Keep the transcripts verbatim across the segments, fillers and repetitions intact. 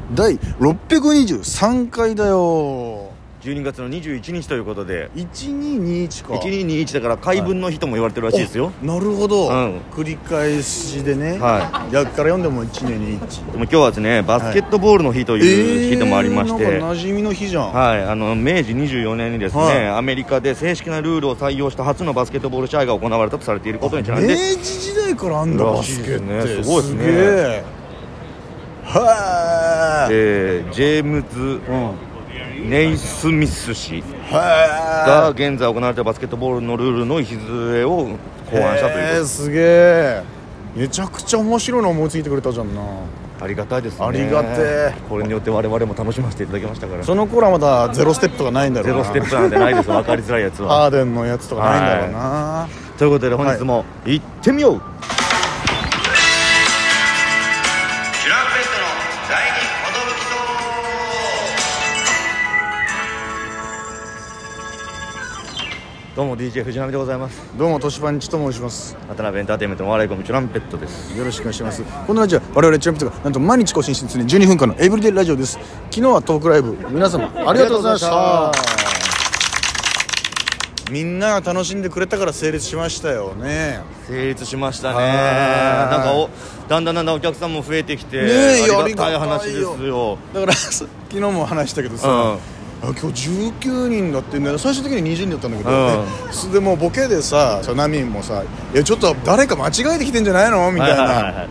だいろっぴゃくにじゅうさんかいだよ。 じゅうにがつのにじゅういちにちということでいちにーにーいちか。 いちにーにーいちだから回分の日とも言われてるらしいですよ。 なるほど、 うん、 繰り返しでね、 はい、 逆から読んでもいちにーにーいち。 でも今日はですねバスケットボールの日という日でもありまして、 はい、えー、なんか馴染みの日じゃん。 はい、あのめいじにじゅうよねんにですね、はい、アメリカで正式なルールを採用した初のバスケットボール試合が行われたとされていることにちなんで、 明治時代からあんだバスケって、 ね、すごいですね。 すげえ。はー、 えー、ジェームズ、うんネイスミス氏が現在行われているバスケットボールのルールの礎を考案したということです。 すげえ。めちゃくちゃ面白いの思いついてくれたじゃんな。 ありがたいですね。 ありがてえ。 これによって我々も楽しませていただきましたから。 その頃はまだゼロステップとかないんだろうな。 ゼロステップなんてないですよ。分かりづらいやつはハーデンのやつとかないんだろうな、 はい、ということで本日も行ってみよう、はい。どうも ディージェー 藤波でございます。 どうもトシパンチと申します。 渡辺エンターテインメントのお笑いコンビチュランペットです。 よろしくお願いします。このラジオは我々チュランペットがなんと毎日更新してですねじゅうにふんかんのエブリデイラジオです。昨日はトークライブ皆様ありがとうございました。みんなが楽しんでくれたから成立しましたよね。 成立しましたね。なんかおだんだんだんだんお客さんも増えてきて、ね、ありがたい話ですよ。 だから昨日も話したけどさ、うんあ今日じゅうきゅうにんだってね。最終的ににじゅうにんだったんだけど、うん、それでもうボケでさナミンもさいやちょっと誰か間違えてきてんじゃないのみたいな、はいはいはいはい、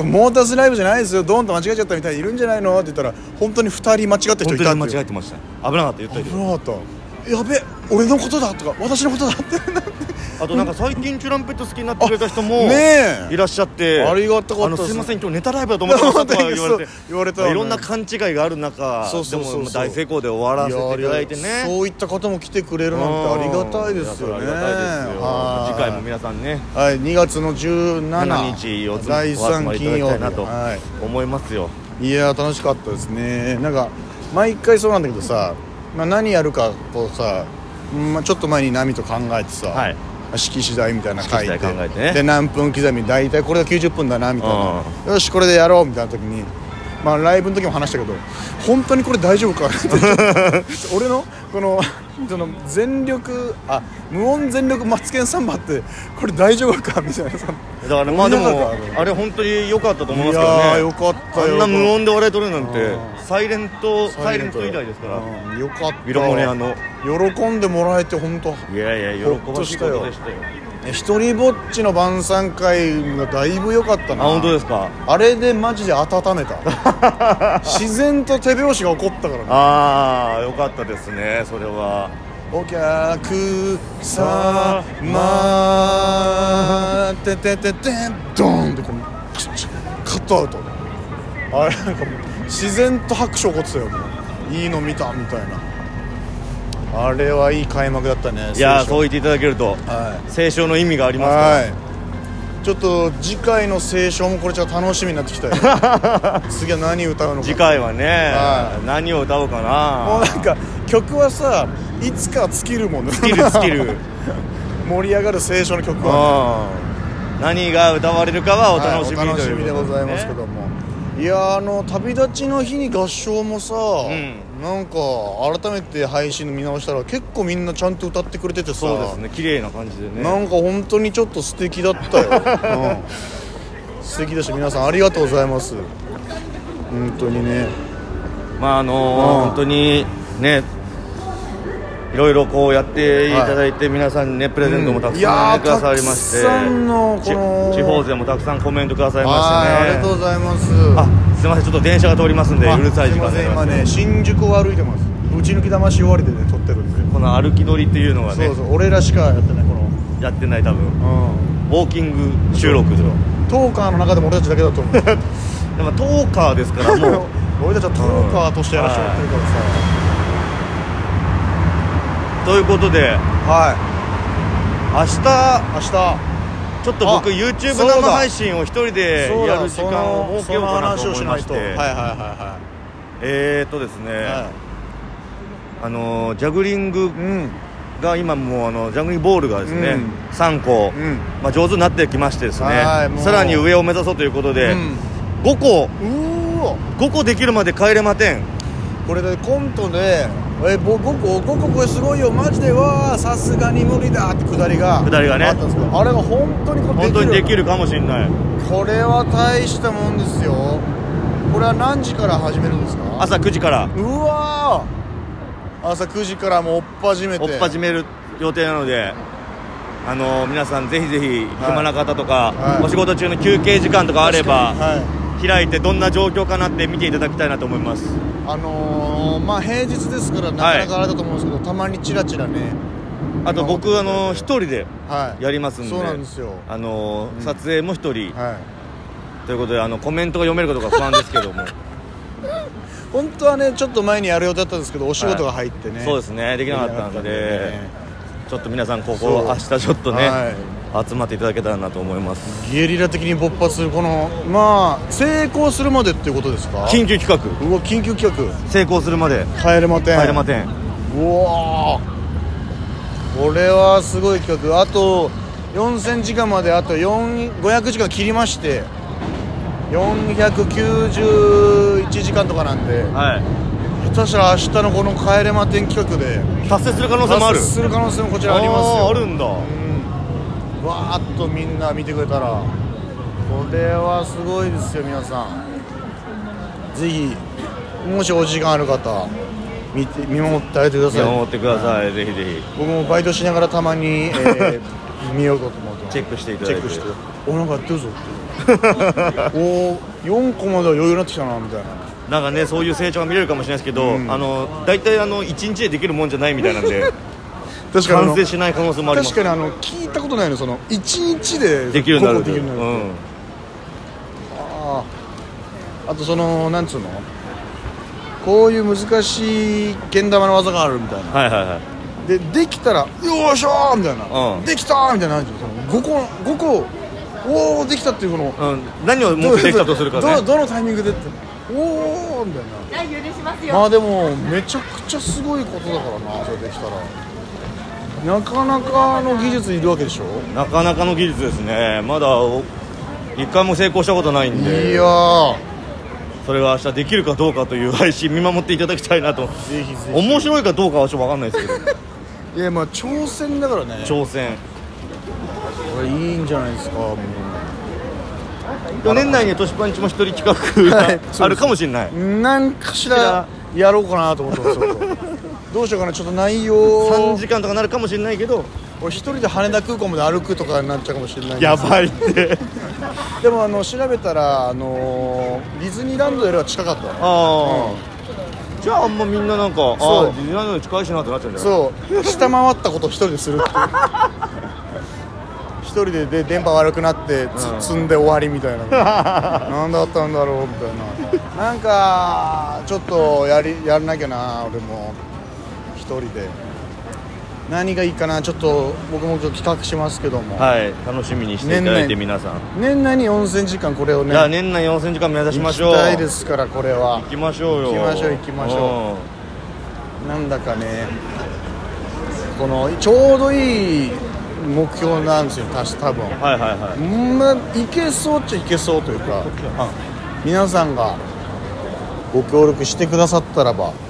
モータースライブじゃないですよドーンと間違えちゃったみたいにいるんじゃないのって言ったら本当にふたり間違った人いたって。 本当に間違えてました。危なかった。言った危なかった。やべ俺のことだとか私のことだってあとなんか最近チュランペット好きになってくれた人もいらっしゃって、 ありがたかった。あのすいません今日ネタライブだと思ってましたとか言われて言われた、ね、 いろんな勘違いがある中そうそうそうそうでも大成功で終わらせていただいてね。 そういった方も来てくれるなんてありがたいですよね。 ありがたいですよ。次回も皆さんね、 はい、にがつのじゅうしちにちお集まりいただきたいなと思いますよ。 いや楽しかったですね。なんか毎回そうなんだけどさ、まあ、何やるかこうさ、まあ、ちょっと前に波と考えてさ、はい式次第みたいな書いて、 考えてね、 で何分刻み大体これがきゅうじゅっぷんだなみたいな、よしこれでやろうみたいな時に、まあライブの時も話したけど本当にこれ大丈夫かって俺のこのその全力あ無音全力マツケンサンバってこれ大丈夫かみたいなさ。 だからまあでもあれ本当に良かったと思いますけどね。 いやよかったよ。 あんな無音で笑い取れるなんてサイレントサイレント以来ですから。 よかった。 ビロモネアの喜んでもらえて本当いやいや喜ばしいことでしたよ。 一人ぼっちの晩餐会がだいぶ良かったな。 あ本当ですか。あれでマジで温めた自然と手拍子が起こったからね。 ああよかったですねそれは。 お客さまててててドーンってこのカットアウト。あれなんかもう自然と拍手起こってたよ。もういいの見たみたいな。あれはいい開幕だったね。 いやそう言っていただけると、はい、斉唱の意味がありますから、はい、 ちょっと次回の斉唱もこれちょっと楽しみになってきたよ次は何歌うのか。 次回はね、はい、何を歌おうかな。 もうなんか曲はさいつか尽きるもんね。 尽きる尽きる盛り上がる斉唱の曲は、 ね、何が歌われるかはお楽しみ、はい、 お楽しみでございますけども、ね、いやあの旅立ちの日に合唱もさ、うんなんか改めて配信の見直したら結構みんなちゃんと歌ってくれててさ。 そうですね綺麗な感じでね。 なんか本当にちょっと素敵だったよ、うん、素敵だし皆さんありがとうございます。本当にねまああのーうん、本当にねいろいろこうやっていただいて、はい、皆さんにねプレゼントもたくさんくださりまして、 たくさんのこの地方勢もたくさんコメントくださいましてね。 ありがとうございます。 あすいませんちょっと電車が通りますんでうるさい時間ですいません今ね新宿を歩いてます。打ち抜き魂終わりでね撮ってるんでこの歩き取りっていうのがねそうそう俺らしかやってないこのやってない多分、うん、ウォーキング収録でトーカーの中でも俺たちだけだと思うでもトーカーですからもう俺たちはトーカーとしてやらせてもらってるからさ、 ということで、はい、明日明日ちょっと僕 YouTube 生配信を一人でやる時間を設けようかなと思いまして、はいはいはいはい、えーっとですね、はい、あのジャグリングが今もうあのジャグリングボールがですね、うん、さんこ、うんまあ、上手になってきましてですね、さらに上を目指そうということで、うん、ごこ個ごこできるまで帰れまてん。 これでコントでえごこごここれすごいよマジでわーさすがに無理だってくだりがくだりがねあったんですけど、あれが本当にこれ本当にできるかもしれない。 これは大したもんですよ。これは何時から始めるんですか？ 朝くじから。 うわー朝くじからもう追っ始めて追っ始める予定なので、あのー、皆さんぜひぜひ暇な方とか、はい、お仕事中の休憩時間とかあれば、はい、開いてどんな状況かなって見ていただきたいなと思います。 あのー、まあ平日ですからなかなかあれだと思うんですけど、はい、たまにチラチラね。 あと僕あのー、一人でやりますんで、 はい、そうなんですよ。 あのーうん、撮影も一人、 はい、 ということであのコメントが読めるかどうか不安ですけども本当はねちょっと前にやる予定だったんですけどお仕事が入ってね、はい、 そうですねできなかったので、ね、ちょっと皆さんここ明日ちょっとね、はい、集まっていただけたらなと思います。 ゲリラ的に勃発するこのまあ成功するまでっていうことですか？ 緊急企画。 うわ緊急企画成功するまで帰れまてん帰れまてん。 うわこれはすごい企画。あとよんせんじかんまであとごひゃくじかん切りましてよんひゃくきゅうじゅういちじかんとかなんで、はい、下手したら明日のこの帰れまてん企画で達成する可能性もある。 達成する可能性もこちらありますよ。 あ, あるんだ、うん、 わーっとみんな見てくれたらこれはすごいですよ。皆さんぜひもしお時間ある方見て見守ってあげてください。 見守ってください、はい、ぜひぜひ。 僕もバイトしながらたまに、えー、見ようと思ってチェックしていただいて、 チェックしておなんかやってるぞっておよんこまでは余裕になってきたなみたいな。 なんかねそういう成長が見れるかもしれないですけど、うん、あの大体あのいちにちでできるもんじゃないみたいなんで確かに完成しない可能性もあります。 確かにあの聞いたことないのそのいちにちでできるようになる。 できるようになる、うん、ああとそのなんつうのこういう難しいけん玉の技があるみたいな、 はいはいはい、 でできたらよーしゃーみたいな、うん、できたーみたいな感じでごこごこおーできたっていうこの、 うん、何を持ってできたとするかねど, どのタイミングでっておーみたいな。許しますよ。まあでもめちゃくちゃすごいことだからなそれできたら。なかなかの技術いるわけでしょ。 なかなかの技術ですね。まだ一回も成功したことないんで、 いやーそれが明日できるかどうかという配信見守っていただきたいなと。ぜひぜひ。面白いかどうかはちょっと分かんないですけどいやまあ挑戦だからね。 挑戦これいいんじゃないですか。もう年内にトシパンチも一人企画があるかもしれない。 何かしらやろうかなと思ってますどうしようかな。ちょっと内容さんじかんとかなるかもしれないけど俺一人で羽田空港まで歩くとかになっちゃうかもしれない。 やばいってでもあの調べたら、あのー、ディズニーランドよりは近かった。ああ、うん、じゃああんまみんななんかああディズニーランドより近いしなってなっちゃうんじゃない。 そう下回ったことを一人でするっていう一人でで電波悪くなってつ、うん、積んで終わりみたいななんだったんだろうみたいななんかちょっとやりやらなきゃな。俺も一人で何がいいかな。ちょっと僕も企画しますけども、 はい、楽しみにしていただいて皆さん年内によんせんじかんこれをね。 いや年内よんせんじかん目指しましょう。 行きたいですからこれは。 行きましょうよ。 行きましょう行きましょう。なんだかねこのちょうどいい目標なんですよ多分。 はいはいはい。 まあいけそうっちゃいけそうというか、皆さんがご協力してくださったらばい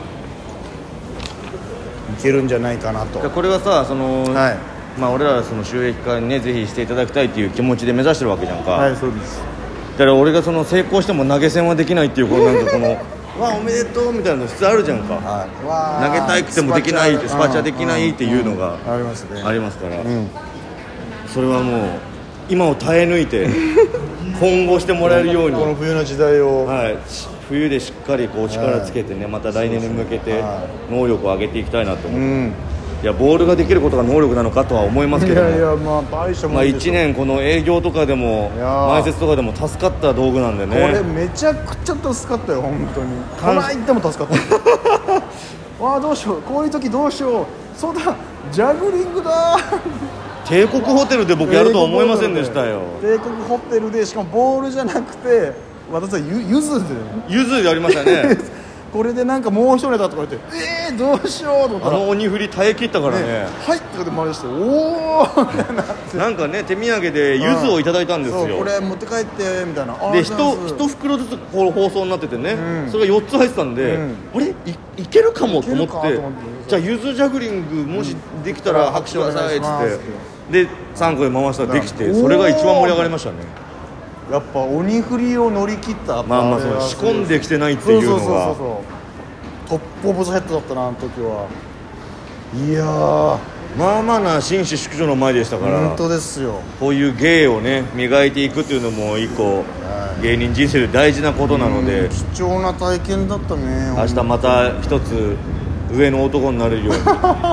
けるんじゃないかなと。 これはさその、はい、まあ俺らその収益化にねぜひしていただきたいっていう気持ちで目指してるわけじゃんか。 はいそうです。 だから俺がその成功しても投げ銭はできないっていうこのなんかこのわあおめでとうみたいなの普通あるじゃんか、はい、投げたいくてもできないってスパチャできないっていうのがありますね。 ありますから、うん、それはもう今を耐え抜いて今後してもらえるようにこの冬の時代を、 はい、冬でしっかりこう力つけてね、はい、また来年に向けて能力を上げていきたいなと思って、うん、いやボールができることが能力なのかとは思いますけども、いやいやまあ大したもんでしょ。まあ、いちねんこの営業とかでも前説とかでも助かった道具なんでね。 これめちゃくちゃ助かったよ本当に。この間も助かったわあどうしようこういう時どうしよう。そうだジャグリングだ帝国ホテルで僕やるとは思いませんでしたよ。 帝国ホテルでしかもボールじゃなくて私はゆずでゆずでやりましたねこれでなんかもう一人だとか言ってえー、どうしようと思ったらあの鬼振り耐え切ったからね、 ねはいってことで回りしておおなんかね手土産で柚子をいただいたんですよ、 そうこれ持って帰ってみたいなで 1, 袋ずつこう包装になっててね、うん、それがよっつ入ってたんで、うん、あれ い, いけるかもと思ってじゃあ柚子ジャグリングもしできたら拍手くださいっつってでさんこで回したらできてそれが一番盛り上がりましたね。 やっぱ鬼振りを乗り切ったまあまあそう仕込んできてないっていうのがそうそうそうそうトップオブザヘッドだったなあの時はいやーまあまあな紳士淑女の前でしたから本当ですよこういう芸をね磨いていくっていうのも一個、はい、芸人人生で大事なことなので貴重な体験だったね明日また一つ上の男になれるように確かにもう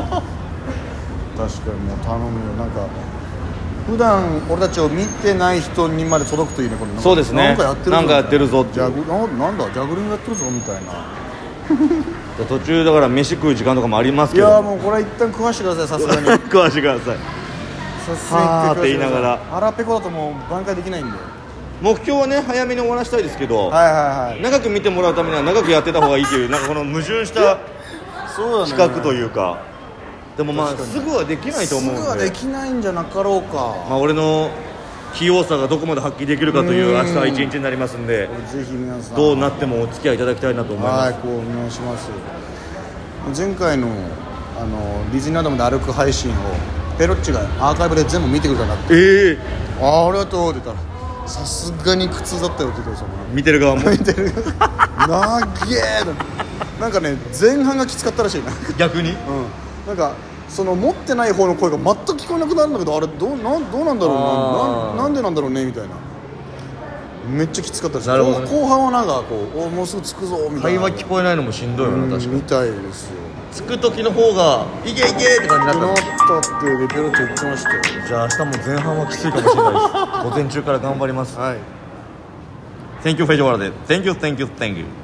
頼むよなんか普段俺たちを見てない人にまで届くといいねこれそうですねなんかやってるぞなんかやってるぞってジャグななんだジャグリングやってるぞみたいな途中だから飯食う時間とかもありますけどいやもうこれは一旦食わしてくださいさすがに食わしてくださいさすがにって言いながら腹ペコだともう挽回できないんで目標はね早めに終わらせたいですけど、 はいはいはい、 長く見てもらうためには長くやってた方がいいというなんかこの矛盾した企画というかでもまあすぐはできないと思うんですぐはできないんじゃなかろうかまあ俺の器用さがどこまで発揮できるかという明日一日になりますんでぜひ皆さんどうなってもお付き合いいただきたいなと思いますはいこうお願いします前回のあのディズニーランドまで歩く配信をペロッチがアーカイブで全部見てくれたなってええー、ああありがとうって言ったらさすがに苦痛だったよって言ってたその見てる側も見てるなげえなんかね前半がきつかったらしいな逆に、 うん、なんかその持ってない方の声が全く聞こえなくなるんだけどあれどう な, どうなんだろう な, な, なんでなんだろうねみたいなめっちゃきつかったです、ね、後, 後半はなんかこうおもうすぐ着くぞみたいな会話聞こえないのもしんどいよな、うん、確かにみたいですよ着く時の方がいけいけって感じになったなったってレペロッチ言ってましたよじゃあ明日も前半はきついかもしれないです午前中から頑張りますはい Thank you フェイジョワラで Thank you thank you thank you